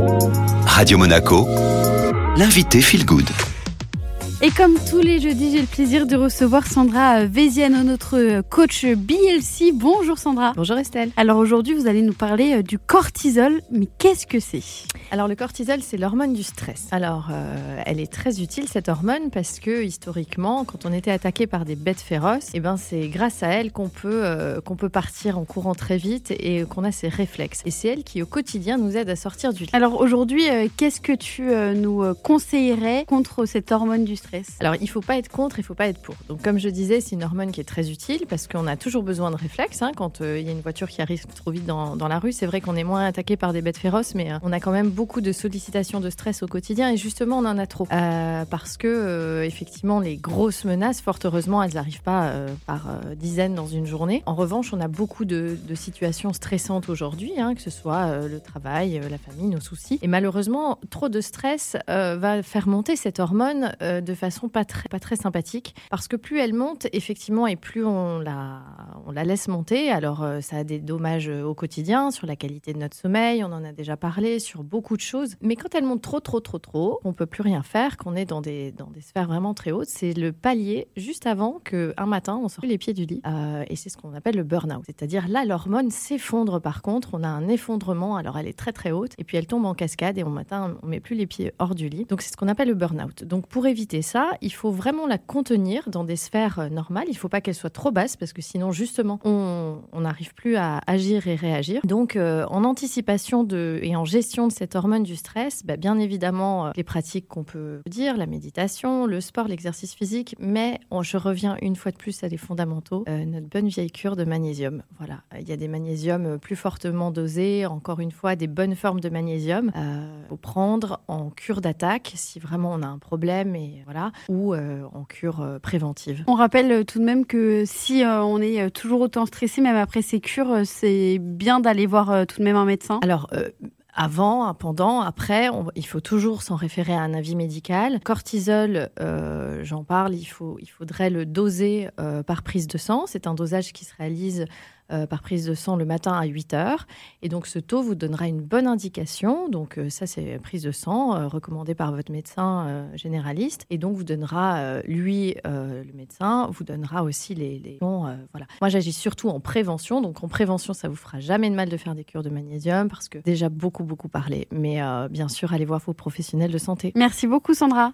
Radio Monaco, l'invité Feel Good. Et comme tous les jeudis, j'ai le plaisir de recevoir Sandra Veziano, notre coach BLC. Bonjour Sandra. Bonjour Estelle. Alors aujourd'hui, vous allez nous parler du cortisol. Mais qu'est-ce que c'est ? Alors le cortisol, c'est l'hormone du stress. Alors elle est très utile cette hormone parce que historiquement, quand on était attaqué par des bêtes féroces, c'est grâce à elle qu'on peut partir en courant très vite et qu'on a ces réflexes. Et c'est elle qui au quotidien nous aide à sortir du lit. Alors aujourd'hui, qu'est-ce que tu nous conseillerais contre cette hormone du stress ? Alors il ne faut pas être contre, il ne faut pas être pour. Donc comme je disais, c'est une hormone qui est très utile parce qu'on a toujours besoin de réflexes. Quand il y a une voiture qui arrive trop vite dans la rue, c'est vrai qu'on est moins attaqué par des bêtes féroces, mais on a quand même beaucoup de sollicitations de stress au quotidien et justement on en a trop parce que effectivement les grosses menaces, fort heureusement, elles n'arrivent pas par dizaines dans une journée. En revanche, on a beaucoup de situations stressantes aujourd'hui, que ce soit le travail, la famille, nos soucis. Et malheureusement, trop de stress va faire monter cette hormone de façon pas très sympathique parce que plus elle monte effectivement et plus on la laisse monter, alors ça a des dommages au quotidien sur la qualité de notre sommeil, on en a déjà parlé, sur beaucoup de choses, mais quand elle monte trop, on peut plus rien faire, qu'on est dans des sphères vraiment très hautes, c'est le palier juste avant qu'un matin on sort les pieds du lit et c'est ce qu'on appelle le burn-out, c'est-à-dire là l'hormone s'effondre. Par contre on a un effondrement, alors elle est très haute et puis elle tombe en cascade et au matin on met plus les pieds hors du lit, donc c'est ce qu'on appelle le burn-out. Donc pour éviter ça, il faut vraiment la contenir dans des sphères normales. Il ne faut pas qu'elle soit trop basse parce que sinon, justement, on n'arrive plus à agir et réagir. Donc, en anticipation et en gestion de cette hormone du stress, bien évidemment, les pratiques qu'on peut dire, la méditation, le sport, l'exercice physique, mais je reviens une fois de plus à des fondamentaux, notre bonne vieille cure de magnésium. Voilà, il y a des magnésiums plus fortement dosés, encore une fois, des bonnes formes de magnésium. Faut prendre en cure d'attaque si vraiment on a un problème et voilà, ou en cure préventive. On rappelle tout de même que si on est toujours autant stressé, même après ces cures, c'est bien d'aller voir tout de même un médecin. Alors, avant, pendant, après, il faut toujours s'en référer à un avis médical. Cortisol, j'en parle, il faudrait le doser par prise de sang. C'est un dosage qui se réalise par prise de sang le matin à 8h. Et donc, ce taux vous donnera une bonne indication. Donc, ça, c'est prise de sang recommandée par votre médecin généraliste. Et donc, vous donnera, le médecin, vous donnera aussi les voilà. Moi, j'agis surtout en prévention. Donc, en prévention, ça vous fera jamais de mal de faire des cures de magnésium parce que déjà beaucoup parlé. Mais bien sûr, allez voir vos professionnels de santé. Merci beaucoup, Sandra.